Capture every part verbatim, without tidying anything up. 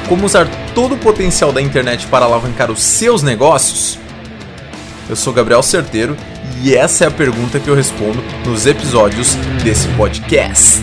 Como usar todo o potencial da internet para alavancar os seus negócios? Eu sou Gabriel Certeiro e essa é a pergunta que eu respondo nos episódios desse podcast.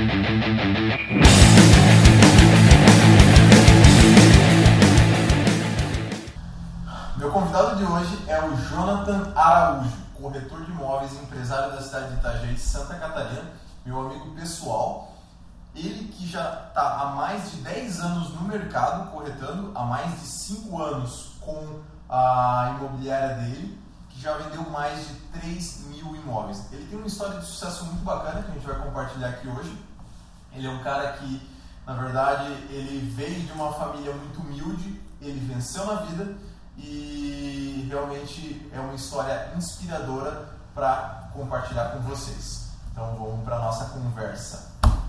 Meu convidado de hoje é o Jonathan Araújo, corretor de imóveis e empresário da cidade de Itajaí, Santa Catarina, meu amigo pessoal. Ele que já está há mais de dez anos no mercado, corretando, há mais de cinco anos com a imobiliária dele, que já vendeu mais de três mil imóveis. Ele tem uma história de sucesso muito bacana que a gente vai compartilhar aqui hoje. Ele é um cara que, na verdade, ele veio de uma família muito humilde, ele venceu na vida e realmente é uma história inspiradora para compartilhar com vocês. Então vamos para a nossa conversa.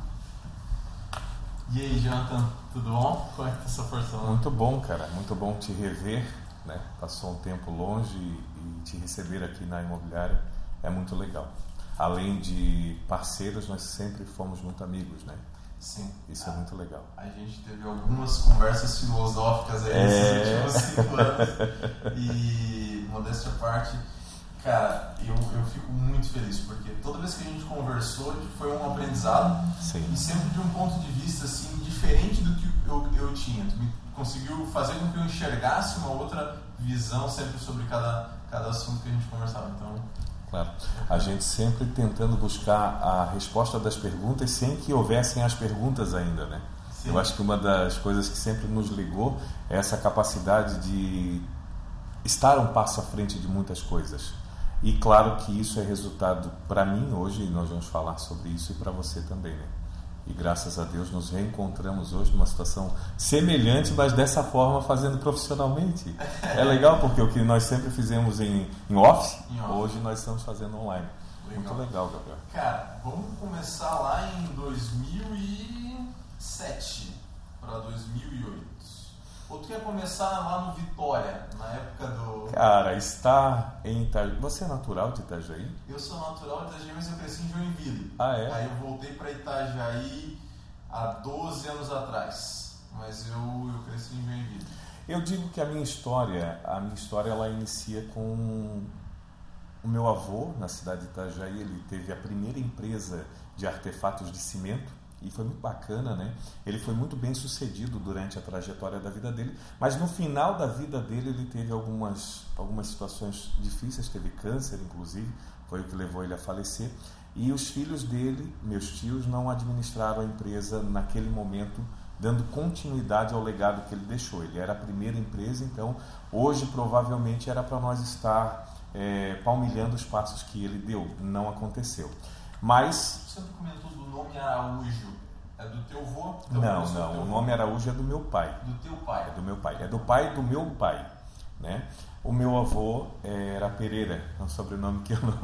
E aí, Jonathan, tudo bom? Como é que tá essa força? Muito bom, cara. Muito bom te rever, né? Passou um tempo longe e te receber aqui na imobiliária é muito legal. Além de parceiros, nós sempre fomos muito amigos, né? Sim. Isso é muito legal. A gente teve algumas conversas filosóficas aí é... nesses últimos cinco anos. E, modéstia à parte, cara, eu, eu fico muito feliz, porque toda vez que a gente conversou foi um aprendizado. Sim. E sempre de um ponto de vista assim, diferente do que eu, eu tinha. Tu me conseguiu fazer com que eu enxergasse uma outra visão sempre sobre cada, cada assunto que a gente conversava. Então, claro. A gente sempre tentando buscar a resposta das perguntas sem que houvessem as perguntas ainda, né? Sim. Eu acho que uma das coisas que sempre nos ligou é essa capacidade de estar um passo à frente de muitas coisas. E claro que isso é resultado para mim hoje, e nós vamos falar sobre isso, e para você também, né? E graças a Deus nos reencontramos hoje numa situação semelhante, mas dessa forma fazendo profissionalmente. É legal porque o que nós sempre fizemos em, em office, em office, hoje nós estamos fazendo online. Legal. Muito legal, Gabriel. Cara, vamos começar lá em dois mil e sete para dois mil e oito. Ou tu ia começar lá no Vitória, na época do... Cara, está em Itajaí. Você é natural de Itajaí? Eu sou natural de Itajaí, mas eu cresci em Joinville. Ah, é? Aí eu voltei para Itajaí há doze anos atrás. Mas eu, eu cresci em Joinville. Eu digo que a minha história, a minha história ela inicia com o meu avô, na cidade de Itajaí. Ele teve a primeira empresa de artefatos de cimento. E foi muito bacana, né? Ele foi muito bem sucedido durante a trajetória da vida dele, mas no final da vida dele ele teve algumas, algumas situações difíceis, teve câncer inclusive, foi o que levou ele a falecer. E os filhos dele, meus tios, não administraram a empresa naquele momento, dando continuidade ao legado que ele deixou. Ele era a primeira empresa, então hoje provavelmente era para nós estar é, palmilhando os passos que ele deu. Não aconteceu. Mas... Você comentou do nome Araújo, é do teu avô? Não, não, o nome Araújo é do meu pai. Do teu pai? É do meu pai, é do pai do meu pai, né? O meu avô era Pereira, é um sobrenome que eu não...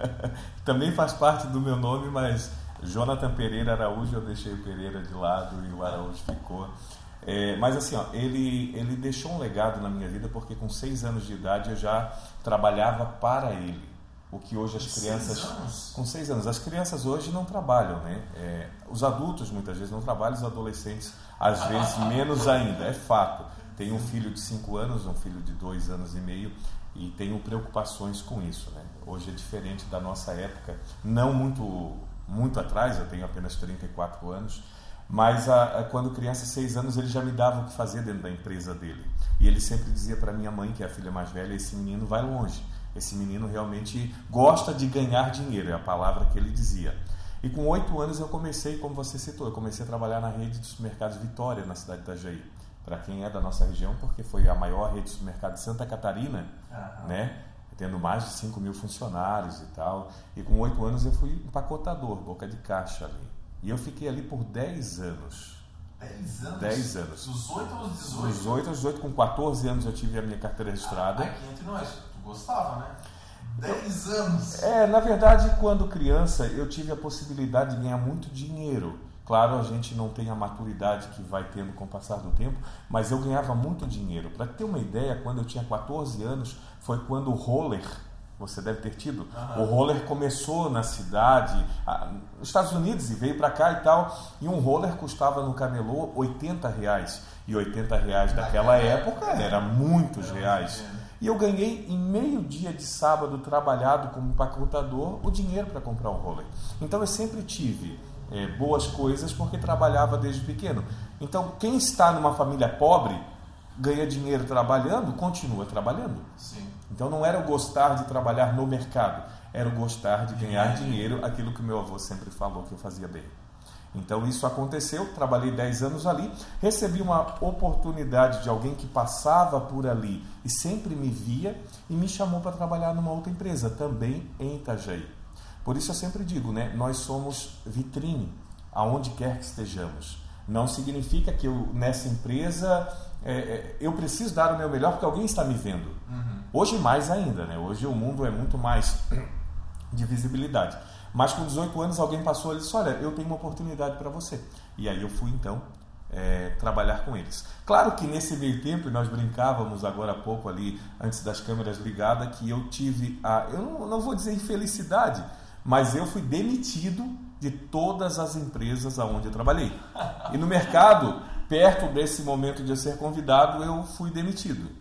também faz parte do meu nome, mas Jonathan Pereira Araújo, eu deixei o Pereira de lado e o Araújo ficou. É, mas assim, ó, ele, ele deixou um legado na minha vida porque com seis anos de idade eu já trabalhava para ele. O que hoje as crianças... Seis com seis anos. As crianças hoje não trabalham, né? É, os adultos muitas vezes não trabalham, os adolescentes às vezes menos ainda, é fato. Tenho um filho de cinco anos, um filho de dois anos e meio e tenho preocupações com isso, né? Hoje é diferente da nossa época, não muito, muito atrás, eu tenho apenas trinta e quatro anos, mas a, a, quando criança, seis anos, ele já me dava o que fazer dentro da empresa dele. E ele sempre dizia para minha mãe, que é a filha mais velha, esse menino vai longe. Esse menino realmente gosta de ganhar dinheiro, é a palavra que ele dizia. E com oito anos eu comecei, como você citou, eu comecei a trabalhar na rede de supermercados Vitória, na cidade de Itajaí. Para quem é da nossa região, porque foi a maior rede de supermercado de Santa Catarina, uhum. né? Tendo mais de cinco mil funcionários e tal. E com oito anos eu fui empacotador, boca de caixa ali. E eu fiquei ali por dez anos. dez anos? dez anos. Dos oito aos dezoito? Dos oito aos dezoito, com quatorze anos eu tive a minha carteira registrada. Ah, aqui entre nós. Gostava, né? dez anos. É, na verdade, quando criança, eu tive a possibilidade de ganhar muito dinheiro. Claro, a gente não tem a maturidade que vai tendo com o passar do tempo, mas eu ganhava muito dinheiro. Para ter uma ideia, quando eu tinha quatorze anos, foi quando o roller Você deve ter tido. Uhum. O roller começou na cidade, nos Estados Unidos, e veio para cá e tal. E um roller custava no camelô oitenta reais. E oitenta reais daquela época era muitos reais. E eu ganhei em meio dia de sábado, trabalhado como empacotador, o dinheiro para comprar um roller. Então eu sempre tive é, boas coisas porque trabalhava desde pequeno. Então quem está numa família pobre, ganha dinheiro trabalhando, continua trabalhando. Sim. Então não era o gostar de trabalhar no mercado, era o gostar de ganhar dinheiro, aquilo que meu avô sempre falou que eu fazia bem. Então isso aconteceu, trabalhei dez anos ali, recebi uma oportunidade de alguém que passava por ali e sempre me via e me chamou para trabalhar numa outra empresa, também em Itajaí. Por isso eu sempre digo, né, nós somos vitrine, aonde quer que estejamos. Não significa que eu, nessa empresa, é, eu preciso dar o meu melhor porque alguém está me vendo. Uhum. Hoje mais ainda, né? Hoje o mundo é muito mais de visibilidade. Mas com dezoito anos alguém passou e disse, olha, eu tenho uma oportunidade para você. E aí eu fui então é, trabalhar com eles. Claro que nesse meio tempo, e nós brincávamos agora há pouco ali, antes das câmeras ligadas, que eu tive a, eu não, não vou dizer infelicidade, mas eu fui demitido de todas as empresas aonde eu trabalhei. E no mercado, perto desse momento de eu ser convidado, eu fui demitido.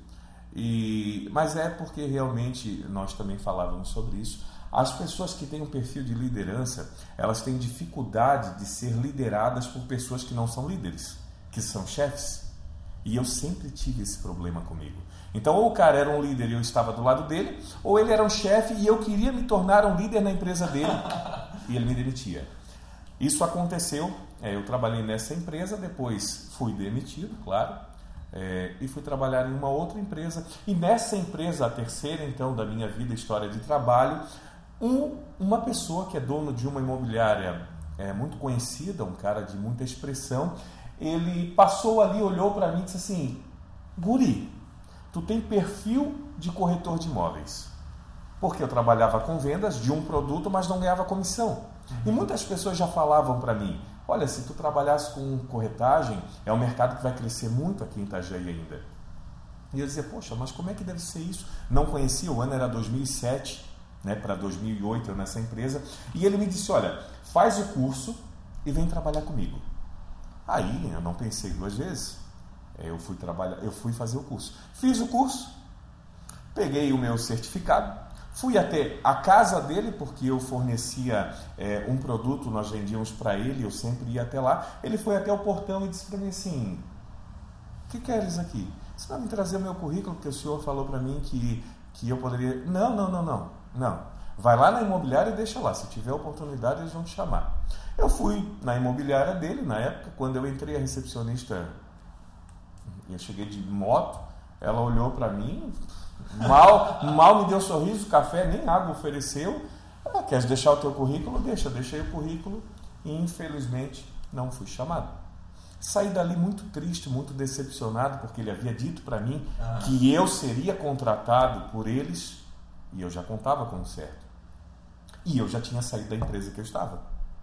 E, mas é porque realmente nós também falávamos sobre isso. As pessoas que têm um perfil de liderança, elas têm dificuldade de ser lideradas por pessoas que não são líderes, que são chefes. E eu sempre tive esse problema comigo. Então, ou o cara era um líder e eu estava do lado dele, ou ele era um chefe e eu queria me tornar um líder na empresa dele e ele me demitia. Isso aconteceu, é, eu trabalhei nessa empresa, depois fui demitido, claro, é, e fui trabalhar em uma outra empresa. E nessa empresa, a terceira então da minha vida, história de trabalho, um, uma pessoa que é dono de uma imobiliária é, muito conhecida, um cara de muita expressão, ele passou ali, olhou para mim e disse assim, guri, tu tem perfil de corretor de imóveis. Porque eu trabalhava com vendas de um produto, mas não ganhava comissão. E muitas pessoas já falavam para mim, olha, se tu trabalhasse com corretagem, é um mercado que vai crescer muito aqui em Itajaí ainda. E eu dizia, poxa, mas como é que deve ser isso? Não conhecia, o ano era dois mil e sete, né, para dois mil e oito eu nessa empresa. E ele me disse, olha, faz o curso e vem trabalhar comigo. Aí eu não pensei duas vezes, eu fui, trabalhar, eu fui fazer o curso. Fiz o curso, peguei o meu certificado, fui até a casa dele, porque eu fornecia é, um produto, nós vendíamos para ele, eu sempre ia até lá. Ele foi até o portão e disse para mim assim, o que queres aqui? Você vai me trazer o meu currículo, porque o senhor falou para mim que, que eu poderia... Não, não, não, não, não. Vai lá na imobiliária e deixa lá, se tiver oportunidade eles vão te chamar. Eu fui na imobiliária dele, na época, quando eu entrei, a recepcionista, eu cheguei de moto, ela olhou para mim... Mal, mal me deu sorriso, café, nem água ofereceu. Ah, queres deixar o teu currículo? Deixa, deixei o currículo e infelizmente não fui chamado. Saí dali muito triste, muito decepcionado, porque ele havia dito para mim ah. que eu seria contratado por eles e eu já contava com o certo. E eu já tinha saído da empresa que eu estava.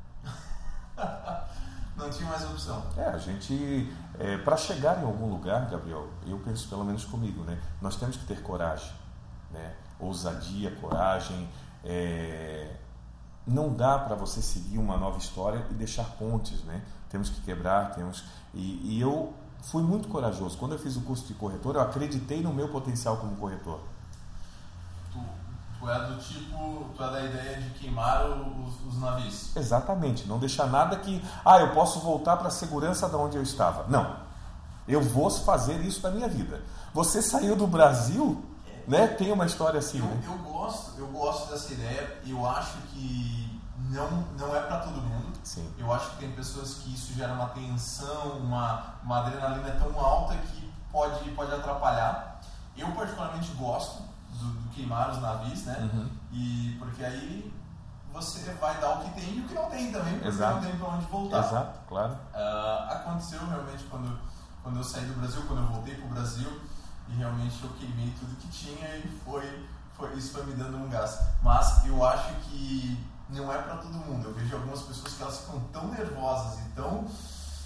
Não tinha mais opção. É, a gente, é, para chegar em algum lugar, Gabriel, eu penso pelo menos comigo, né? Nós temos que ter coragem, né? Ousadia, coragem. É, não dá para você seguir uma nova história e deixar pontes, né? Temos que quebrar, temos... E, e eu fui muito corajoso. Quando eu fiz o curso de corretor, eu acreditei no meu potencial como corretor. Tu, tu é do tipo, tu é da ideia de queimar os, os navios. Exatamente, não deixar nada que, ah, eu posso voltar para a segurança de onde eu estava. Não, eu vou fazer isso da minha vida. Você saiu do Brasil, é, né? Tem uma história assim, eu, né? Eu gosto, eu gosto dessa ideia, eu acho que não, não é para todo mundo. Sim. Eu acho que tem pessoas que isso gera uma tensão, uma, uma adrenalina tão alta que pode, pode atrapalhar. Eu particularmente gosto do, do queimar os navios, né? Uhum. E porque aí você vai dar o que tem e o que não tem também, porque Exato. não tem para onde voltar. Exato, claro. Uh, aconteceu realmente quando, quando eu saí do Brasil, quando eu voltei para o Brasil, e realmente eu queimei tudo que tinha e foi, foi, isso foi me dando um gás. Mas eu acho que não é para todo mundo. Eu vejo algumas pessoas que elas ficam tão nervosas e tão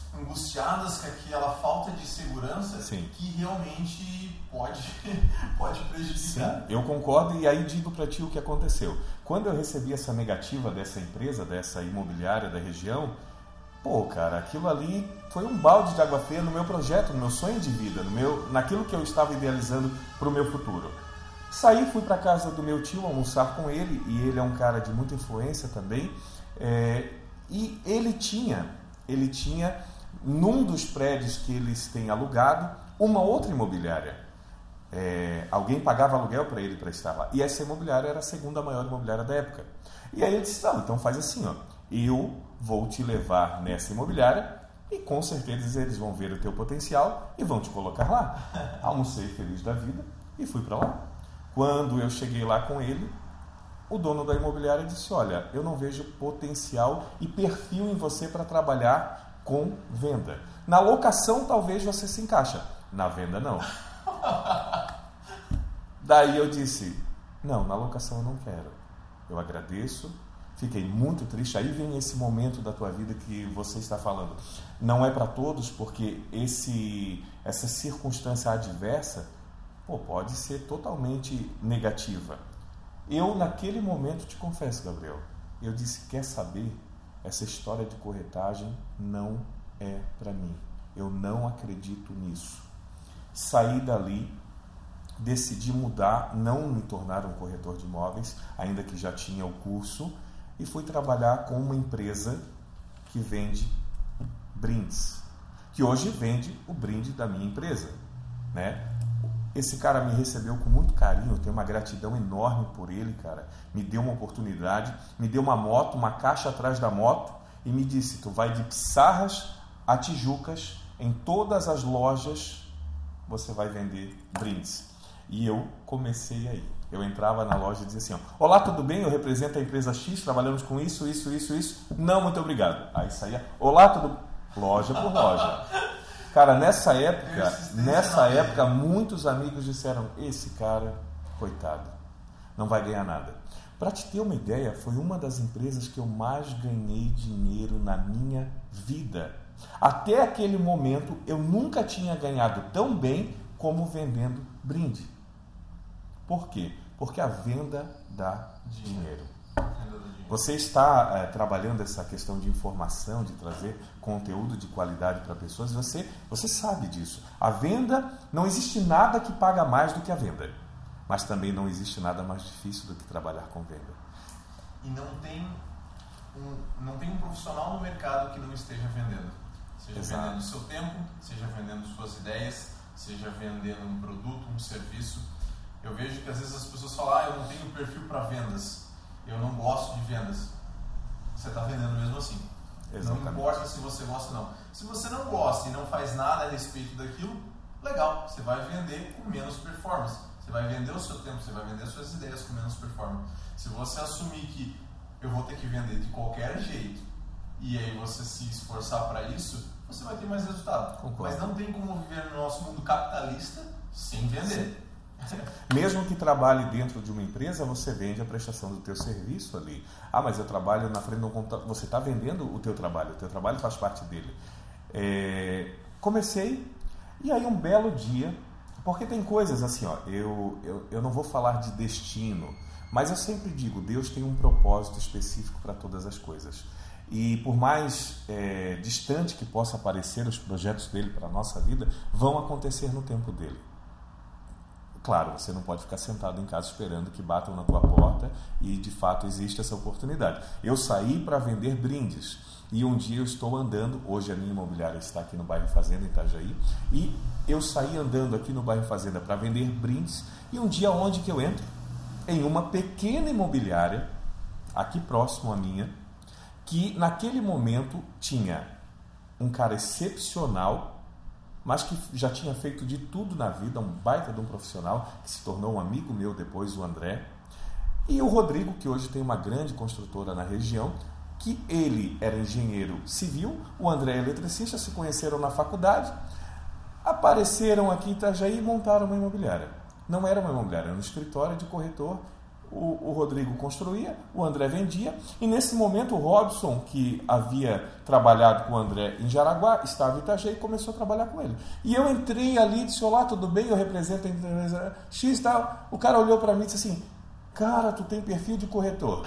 angustiadas com aquela falta de segurança Sim. que realmente pode, pode prejudicar. Sim, eu concordo e aí digo para ti o que aconteceu. Quando eu recebi essa negativa dessa empresa, dessa imobiliária da região, pô, cara, aquilo ali foi um balde de água fria no meu projeto, no meu sonho de vida, no meu, naquilo que eu estava idealizando para o meu futuro. Saí, fui para casa do meu tio almoçar com ele, e ele é um cara de muita influência também, é, e ele tinha, ele tinha, num dos prédios que eles têm alugado, uma outra imobiliária. É, alguém pagava aluguel para ele para estar lá. E essa imobiliária era a segunda maior imobiliária da época. E aí ele disse, não, então faz assim, ó, eu vou te levar nessa imobiliária e com certeza eles vão ver o teu potencial e vão te colocar lá. Almocei feliz da vida e fui para lá. Quando eu cheguei lá com ele, o dono da imobiliária disse, olha, eu não vejo potencial e perfil em você para trabalhar com venda. Na locação talvez você se encaixa, na venda não. Daí eu disse, não, na locação eu não quero. Eu agradeço, fiquei muito triste. Aí vem esse momento da tua vida que você está falando. Não é para todos, porque esse, essa circunstância adversa, pô, pode ser totalmente negativa. Eu, naquele momento, te confesso, Gabriel, eu disse, quer saber? Essa história de corretagem não é para mim. Eu não acredito nisso. Saí dali, decidi mudar, não me tornar um corretor de imóveis, ainda que já tinha o curso, e fui trabalhar com uma empresa que vende brindes, que hoje vende o brinde da minha empresa, né? Esse cara me recebeu com muito carinho, eu tenho uma gratidão enorme por ele, cara. Me deu uma oportunidade, me deu uma moto, uma caixa atrás da moto e me disse, tu vai de Pissarras a Tijucas, em todas as lojas você vai vender brindes. E eu comecei aí. Eu entrava na loja e dizia assim, ó, olá, tudo bem? Eu represento a empresa X, trabalhamos com isso, isso, isso, isso. Não, muito obrigado. Aí saía, olá, tudo loja por loja. Cara, nessa época, nessa época, muitos amigos disseram, esse cara, coitado, não vai ganhar nada. Para te ter uma ideia, foi uma das empresas que eu mais ganhei dinheiro na minha vida. Até aquele momento, eu nunca tinha ganhado tão bem como vendendo brinde. Por quê? Porque a venda dá dinheiro. Você está é, trabalhando essa questão de informação, de trazer conteúdo de qualidade para pessoas, você, você sabe disso. A venda, não existe nada que paga mais do que a venda, mas também não existe nada mais difícil do que trabalhar com venda. E não tem um, não tem um profissional no mercado que não esteja vendendo. Seja Exato. vendendo o seu tempo, seja vendendo suas ideias, seja vendendo um produto, um serviço. Eu vejo que às vezes as pessoas falam, ah, eu não tenho perfil para vendas. Eu não gosto de vendas. Você está vendendo mesmo assim. Exatamente. Não importa se você gosta ou não. Se você não gosta e não faz nada a respeito daquilo, legal. Você vai vender com menos performance. Você vai vender o seu tempo, você vai vender suas ideias com menos performance. Se você assumir que eu vou ter que vender de qualquer jeito e aí você se esforçar para isso, você vai ter mais resultado. Concordo. Mas não tem como viver no nosso mundo capitalista sem vender. Sim. Mesmo que trabalhe dentro de uma empresa, você vende a prestação do teu serviço ali. Ah, mas eu trabalho na frente do computador. Você está vendendo o teu trabalho, o teu trabalho faz parte dele. É... Comecei, e aí um belo dia, porque tem coisas assim, ó, eu, eu, eu não vou falar de destino, mas eu sempre digo, Deus tem um propósito específico para todas as coisas. E por mais é, distante que possa parecer os projetos dele para a nossa vida, vão acontecer no tempo dele. Claro, você não pode ficar sentado em casa esperando que batam na tua porta e de fato existe essa oportunidade. Eu saí para vender brindes e um dia eu estou andando, hoje a minha imobiliária está aqui no bairro Fazenda, em Itajaí, e eu saí andando aqui no bairro Fazenda para vender brindes e um dia onde que eu entro? Em uma pequena imobiliária, aqui próximo à minha, que naquele momento tinha um cara excepcional, mas que já tinha feito de tudo na vida, um baita de um profissional, que se tornou um amigo meu depois, o André, e o Rodrigo, que hoje tem uma grande construtora na região, que ele era engenheiro civil, o André é eletricista, se conheceram na faculdade, apareceram aqui em Itajaí e montaram uma imobiliária. Não era uma imobiliária, era um escritório de corretor o, o Rodrigo construía, o André vendia, e nesse momento o Robson, que havia trabalhado com o André em Jaraguá, estava em Itajaí e começou a trabalhar com ele. E eu entrei ali e disse, olá, tudo bem? Eu represento a empresa X e tal. O cara olhou para mim e disse assim, cara, tu tem perfil de corretor.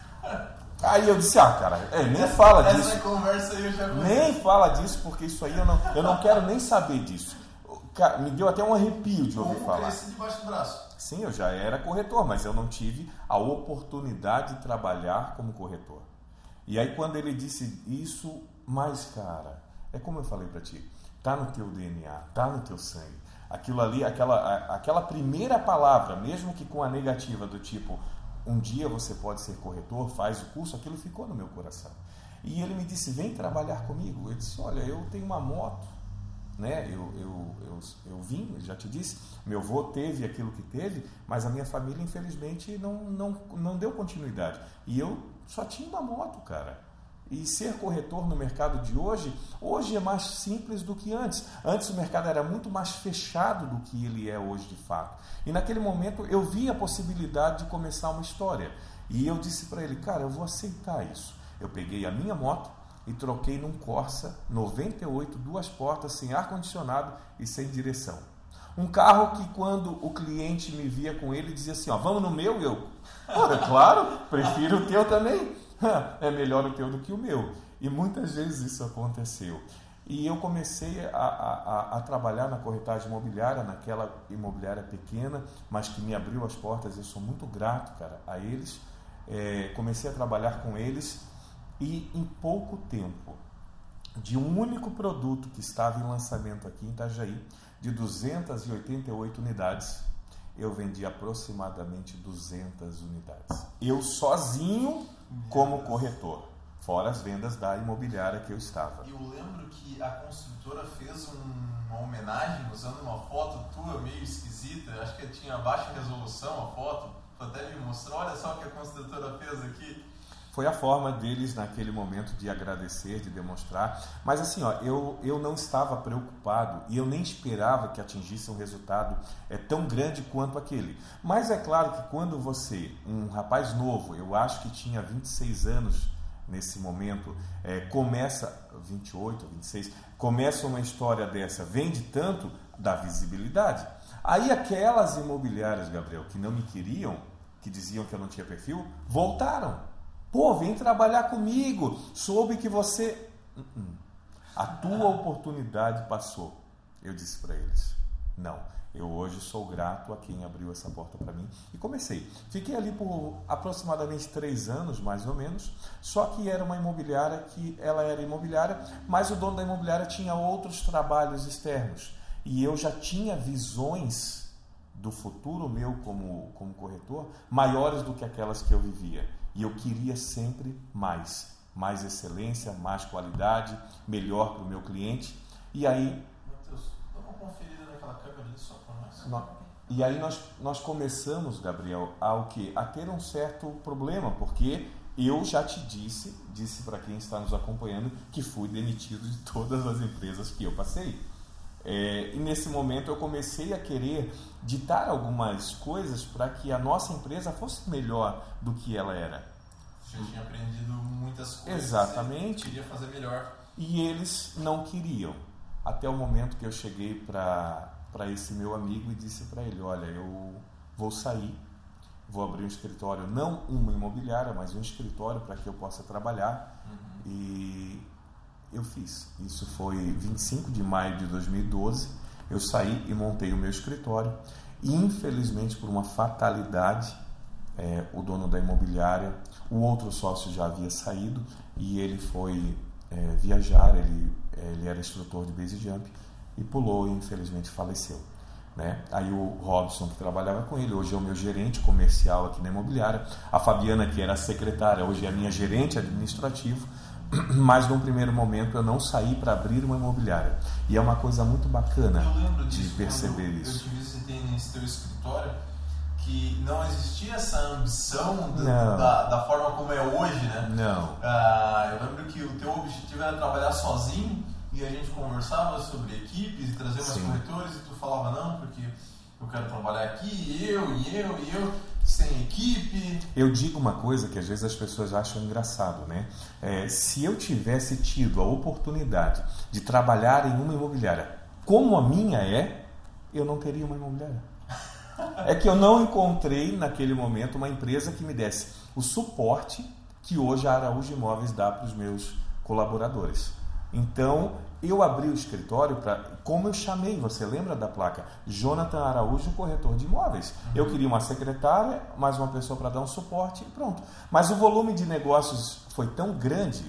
Aí eu disse, ah, cara, é, nem essa, fala essa disso. Essa conversa aí eu já conheço. Nem fala disso, porque isso aí eu não, eu não quero nem saber disso. Cara, me deu até um arrepio de ouvir Como falar. esse debaixo do braço. Sim, eu já era corretor, mas eu não tive a oportunidade de trabalhar como corretor. E aí quando ele disse isso, mas cara, é como eu falei para ti, tá no teu D N A, tá no teu sangue. Aquilo ali, aquela, aquela primeira palavra, mesmo que com a negativa do tipo, um dia você pode ser corretor, faz o curso, aquilo ficou no meu coração. E ele me disse, vem trabalhar comigo. Eu disse, olha, eu tenho uma moto, né? eu, eu, eu, eu vim, já te disse, meu avô teve aquilo que teve, mas a minha família, infelizmente, não, não, não deu continuidade. E eu só tinha uma moto, cara. E ser corretor no mercado de hoje, hoje é mais simples do que antes. Antes o mercado era muito mais fechado do que ele é hoje de fato. E naquele momento eu vi a possibilidade de começar uma história. E eu disse para ele, cara, eu vou aceitar isso. Eu peguei a minha moto e troquei num Corsa noventa e oito, duas portas, sem ar-condicionado e sem direção. Um carro que quando o cliente me via com ele, dizia assim, ó, vamos no meu? E eu, claro, prefiro o teu também. É melhor o teu do que o meu. E muitas vezes isso aconteceu. E eu comecei a, a, a trabalhar na corretagem imobiliária, naquela imobiliária pequena, mas que me abriu as portas. Eu sou muito grato, cara, a eles. É, comecei a trabalhar com eles e em pouco tempo, de um único produto que estava em lançamento aqui em Itajaí, de duzentas e oitenta e oito unidades, eu vendi aproximadamente duzentas unidades. Eu sozinho como corretor, fora as vendas da imobiliária que eu estava. Eu lembro que a construtora fez um, uma homenagem usando uma foto tua meio esquisita, acho que tinha baixa resolução a foto, tu até me mostrou, olha só o que a construtora fez aqui. Foi a forma deles naquele momento de agradecer, de demonstrar. Mas assim, ó, eu, eu não estava preocupado e eu nem esperava que atingisse um resultado é, tão grande quanto aquele. Mas é claro que quando você, um rapaz novo, eu acho que tinha vinte e seis anos nesse momento, é, começa, vinte e oito, vinte e seis, começa uma história dessa, vende tanto, dá visibilidade. Aí aquelas imobiliárias, Gabriel, que não me queriam, que diziam que eu não tinha perfil, voltaram. Pô, vem trabalhar comigo. Soube que você... Uh-uh. A tua oportunidade passou. Eu disse para eles, não. Eu hoje sou grato a quem abriu essa porta para mim. E comecei. Fiquei ali por aproximadamente três anos, mais ou menos. Só que era uma imobiliária que... Ela era imobiliária, mas o dono da imobiliária tinha outros trabalhos externos. E eu já tinha visões do futuro meu como, como corretor maiores do que aquelas que eu vivia. E eu queria sempre mais, mais excelência, mais qualidade, melhor para o meu cliente. E aí... Matheus, dá uma conferida naquela câmera ali só para nós. nós e aí nós, nós começamos, Gabriel, a, o quê? a ter um certo problema, porque eu já te disse, disse para quem está nos acompanhando, que fui demitido de todas as empresas que eu passei. É, e nesse momento eu comecei a querer ditar algumas coisas para que a nossa empresa fosse melhor do que ela era. Você já tinha aprendido muitas coisas. Exatamente. Queria fazer melhor. E eles não queriam. Até o momento que eu cheguei para para esse meu amigo e disse para ele, olha, eu vou sair, vou abrir um escritório, não uma imobiliária, mas um escritório para que eu possa trabalhar. Uhum. E... eu fiz. Isso foi vinte e cinco de maio de dois mil e doze. Eu saí e montei o meu escritório. E, infelizmente, por uma fatalidade, é, o dono da imobiliária, o outro sócio já havia saído e ele foi é, viajar. Ele, ele era instrutor de base jump e pulou e, infelizmente, faleceu. Né? Aí o Robson, que trabalhava com ele, hoje é o meu gerente comercial aqui na imobiliária. A Fabiana, que era a secretária, hoje é a minha gerente administrativa. Mas num primeiro momento eu não saí para abrir uma imobiliária. E é uma coisa muito bacana de perceber eu, isso. Eu te visitei nesse teu escritório, que não existia essa ambição da, da, da forma como é hoje, né? Não. Ah, eu lembro que o teu objetivo era trabalhar sozinho e a gente conversava sobre equipes e trazer mais corretores e tu falava, não, porque eu quero trabalhar aqui, e eu, e eu, e eu. sem equipe. Eu digo uma coisa que às vezes as pessoas acham engraçado, né? É, se eu tivesse tido a oportunidade de trabalhar em uma imobiliária como a minha é, eu não teria uma imobiliária. É que eu não encontrei naquele momento uma empresa que me desse o suporte que hoje a Araújo Imóveis dá para os meus colaboradores. Então, eu abri o escritório para, como eu chamei, você lembra da placa? Jonathan Araújo, corretor de imóveis. Uhum. Eu queria uma secretária, mais uma pessoa para dar um suporte e pronto. Mas o volume de negócios foi tão grande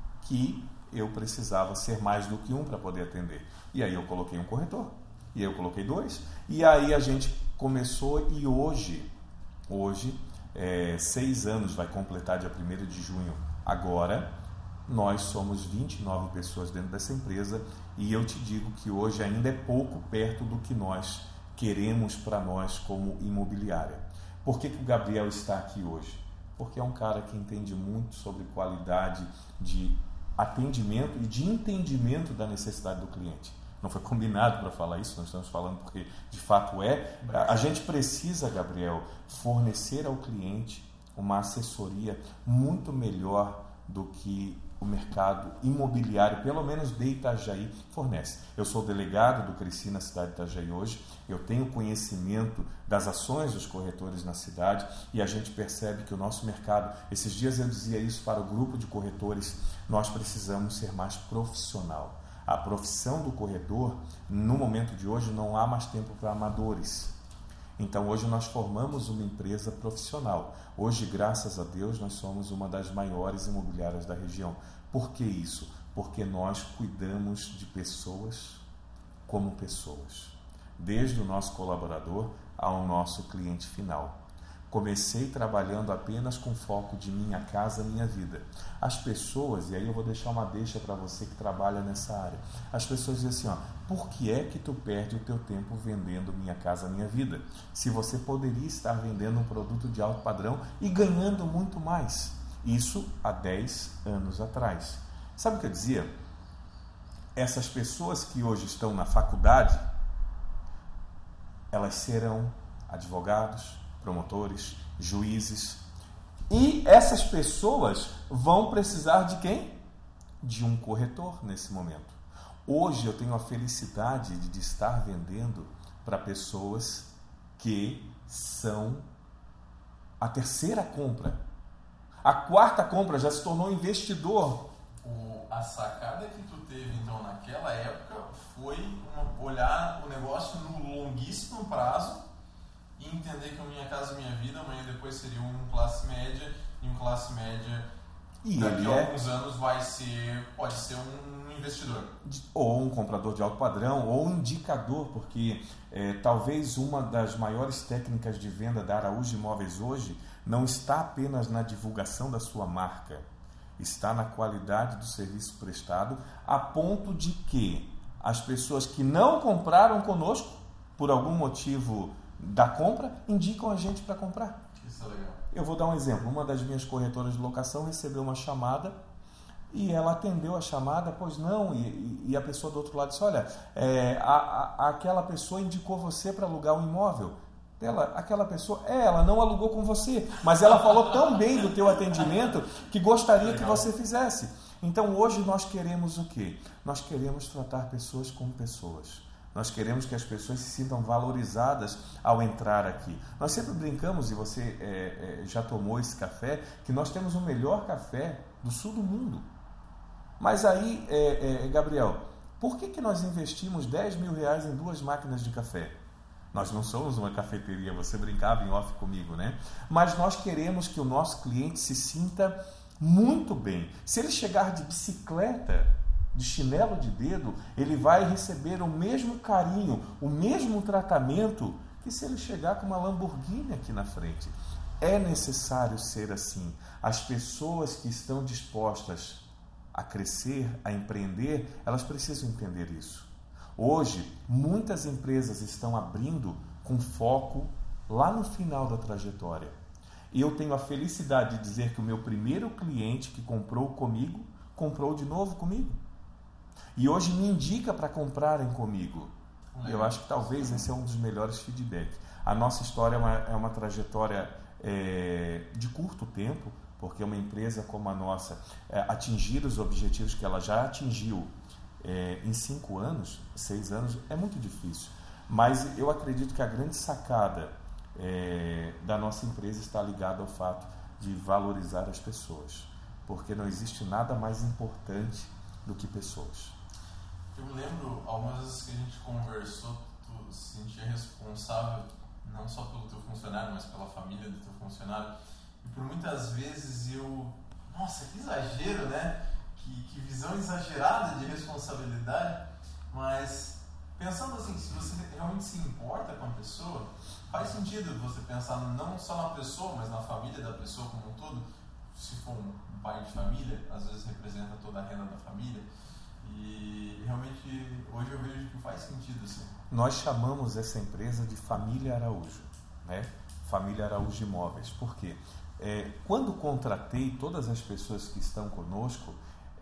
que eu precisava ser mais do que um para poder atender. E aí eu coloquei um corretor, e aí eu coloquei dois, e aí a gente começou e hoje, hoje, é, seis anos, vai completar dia primeiro de junho agora, nós somos vinte e nove pessoas dentro dessa empresa e eu te digo que hoje ainda é pouco perto do que nós queremos para nós como imobiliária. Por que que o Gabriel está aqui hoje? Porque é um cara que entende muito sobre qualidade de atendimento e de entendimento da necessidade do cliente. Não foi combinado para falar isso, nós estamos falando porque de fato é. A gente precisa, Gabriel, fornecer ao cliente uma assessoria muito melhor do que o mercado imobiliário, pelo menos de Itajaí, fornece. Eu sou delegado do Cresci na cidade de Itajaí hoje, eu tenho conhecimento das ações dos corretores na cidade e a gente percebe que o nosso mercado, esses dias eu dizia isso para o grupo de corretores, nós precisamos ser mais profissional. A profissão do corretor, no momento de hoje, não há mais tempo para amadores. Então, hoje nós formamos uma empresa profissional. Hoje, graças a Deus, nós somos uma das maiores imobiliárias da região. Por que isso? Porque nós cuidamos de pessoas como pessoas. Desde o nosso colaborador ao nosso cliente final. Comecei trabalhando apenas com foco de minha casa, minha vida. As pessoas, e aí eu vou deixar uma deixa para você que trabalha nessa área. As pessoas dizem assim, ó, por que é que tu perde o teu tempo vendendo minha casa, minha vida? Se você poderia estar vendendo um produto de alto padrão e ganhando muito mais. Isso há dez anos atrás. Sabe o que eu dizia? Essas pessoas que hoje estão na faculdade, elas serão advogados, promotores, juízes. E essas pessoas vão precisar de quem? De um corretor nesse momento. Hoje eu tenho a felicidade de, de estar vendendo para pessoas que são a terceira compra. A quarta compra já se tornou investidor. O, a sacada que tu teve então naquela época foi uma, olhar o negócio no longuíssimo prazo e entender que o Minha Casa Minha Vida amanhã depois seria um classe média e um classe média e daqui a é... alguns anos vai ser, pode ser um investidor. Ou um comprador de alto padrão, ou um indicador, porque é, talvez uma das maiores técnicas de venda da Araújo Imóveis hoje não está apenas na divulgação da sua marca, está na qualidade do serviço prestado, a ponto de que as pessoas que não compraram conosco, por algum motivo da compra, indicam a gente para comprar. Isso é legal. Eu vou dar um exemplo. Uma das minhas corretoras de locação recebeu uma chamada e ela atendeu a chamada, pois não, e, e a pessoa do outro lado disse, olha, é, a, a, aquela pessoa indicou você para alugar um imóvel. Ela, aquela pessoa, é, ela não alugou com você, mas ela falou tão bem do teu atendimento que gostaria que você fizesse. Então hoje nós queremos o quê? Nós queremos tratar pessoas como pessoas. Nós queremos que as pessoas se sintam valorizadas ao entrar aqui. Nós sempre brincamos, e você é, é, já tomou esse café, que nós temos o melhor café do sul do mundo. Mas aí, é, é, Gabriel, por que, que nós investimos dez mil reais em duas máquinas de café? Nós não somos uma cafeteria, você brincava em off comigo, né? Mas nós queremos que o nosso cliente se sinta muito bem. Se ele chegar de bicicleta, de chinelo de dedo, ele vai receber o mesmo carinho, o mesmo tratamento que se ele chegar com uma Lamborghini aqui na frente. É necessário ser assim. As pessoas que estão dispostas a crescer, a empreender, elas precisam entender isso. Hoje, muitas empresas estão abrindo com foco lá no final da trajetória. E eu tenho a felicidade de dizer que o meu primeiro cliente que comprou comigo, comprou de novo comigo. E hoje me indica para comprarem comigo. Eu acho que talvez esse é um dos melhores feedbacks. A nossa história é uma, é uma trajetória é, de curto tempo, porque uma empresa como a nossa, é, atingir os objetivos que ela já atingiu é, em cinco anos, seis anos, é muito difícil. Mas eu acredito que a grande sacada é, da nossa empresa está ligada ao fato de valorizar as pessoas, porque não existe nada mais importante do que pessoas. Eu me lembro, algumas vezes que a gente conversou, tu se sentia responsável não só pelo teu funcionário, mas pela família do teu funcionário. E por muitas vezes eu... Nossa, que exagero, né? Que, que visão exagerada de responsabilidade. Mas pensando assim, se você realmente se importa com a pessoa, faz sentido você pensar não só na pessoa, mas na família da pessoa como um todo. Se for um pai de família, às vezes representa toda a renda da família. E realmente hoje eu vejo que faz sentido assim. Nós chamamos essa empresa de Família Araújo, né? Família Araújo Imóveis. Por quê? É, quando contratei todas as pessoas que estão conosco,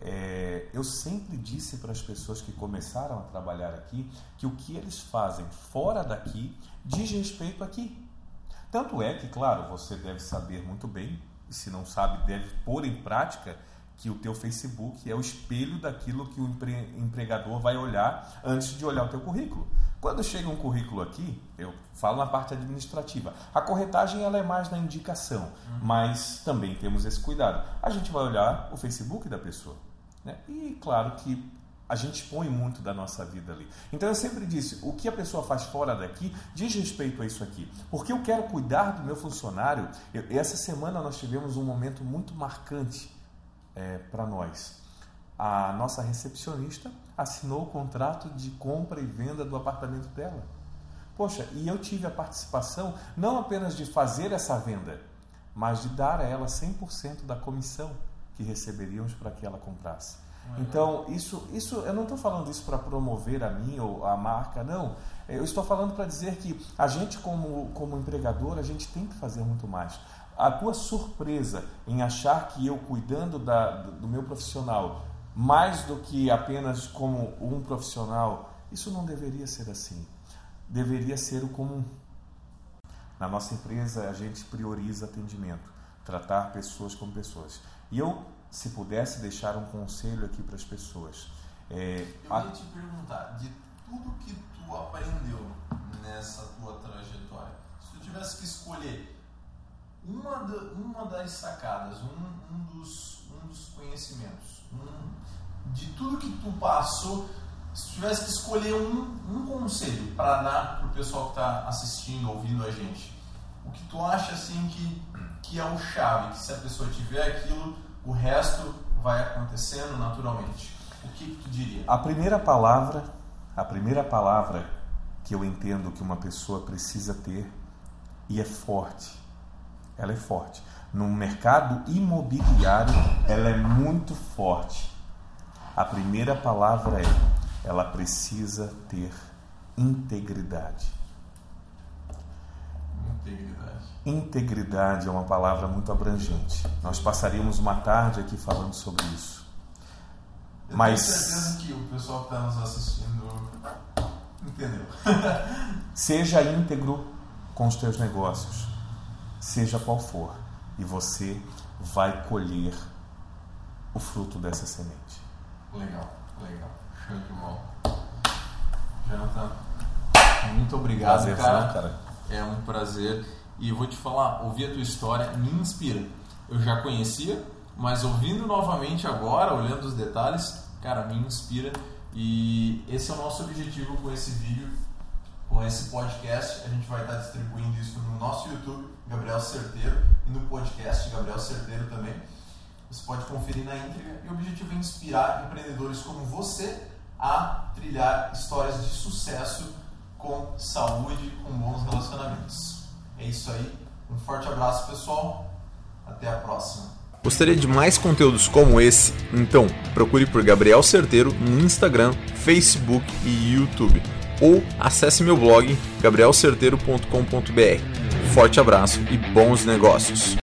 é, eu sempre disse para as pessoas que começaram a trabalhar aqui que o que eles fazem fora daqui diz respeito aqui. Tanto é que, claro, você deve saber muito bem, e se não sabe, deve pôr em prática, que o teu Facebook é o espelho daquilo que o empre- empregador vai olhar antes de olhar o teu currículo. Quando chega um currículo aqui, eu falo na parte administrativa, a corretagem ela é mais na indicação, uhum. mas também temos esse cuidado. A gente vai olhar o Facebook da pessoa, né? E claro que a gente põe muito da nossa vida ali. Então eu sempre disse, o que a pessoa faz fora daqui diz respeito a isso aqui. Porque eu quero cuidar do meu funcionário. Eu, essa semana nós tivemos um momento muito marcante é, para nós. A nossa recepcionista assinou o contrato de compra e venda do apartamento dela. Poxa, e eu tive a participação não apenas de fazer essa venda, mas de dar a ela cem por cento da comissão que receberíamos para que ela comprasse. Então, isso, isso, eu não estou falando isso para promover a mim ou a marca, não. Eu estou falando para dizer que a gente, como, como empregador, a gente tem que fazer muito mais. A tua surpresa em achar que eu, cuidando da, do meu profissional, mais do que apenas como um profissional, isso não deveria ser assim. Deveria ser o comum. Na nossa empresa, a gente prioriza atendimento, tratar pessoas como pessoas. E eu, se pudesse deixar um conselho aqui para as pessoas. É, eu a... ia te perguntar, de tudo que tu aprendeu nessa tua trajetória, se tu tivesse que escolher uma, da, uma das sacadas, um, um, dos, um dos conhecimentos, um, de tudo que tu passou, se tu tivesse que escolher um, um conselho para dar para o pessoal que está assistindo, ouvindo a gente, o que tu acha assim que, que é o chave, que se a pessoa tiver aquilo, o resto vai acontecendo naturalmente. O que, que tu diria? A primeira palavra, a primeira palavra que eu entendo que uma pessoa precisa ter, e é forte, ela é forte. No mercado imobiliário, ela é muito forte. A primeira palavra é, ela precisa ter integridade. Integridade. Integridade é uma palavra muito abrangente. Nós passaríamos uma tarde aqui falando sobre isso. Eu Mas tenho certeza que o pessoal que está nos assistindo entendeu. Seja íntegro com os teus negócios, seja qual for, e você vai colher o fruto dessa semente. Legal, legal. Show de bola. Jonathan, muito obrigado, prazer, cara. cara. É um prazer. E eu vou te falar, ouvir a tua história me inspira. Eu já conhecia, mas ouvindo novamente agora, olhando os detalhes, cara, me inspira. E esse é o nosso objetivo com esse vídeo, com esse podcast. A gente vai estar distribuindo isso no nosso YouTube, Gabriel Certeiro, e no podcast, Gabriel Certeiro também. Você pode conferir na íntegra. E o objetivo é inspirar empreendedores como você a trilhar histórias de sucesso com saúde, com bons relacionamentos. É isso aí. Um forte abraço, pessoal. Até a próxima. Gostaria de mais conteúdos como esse? Então, procure por Gabriel Certeiro no Instagram, Facebook e YouTube. Ou acesse meu blog gabriel certeiro ponto com ponto b r. Forte abraço e bons negócios!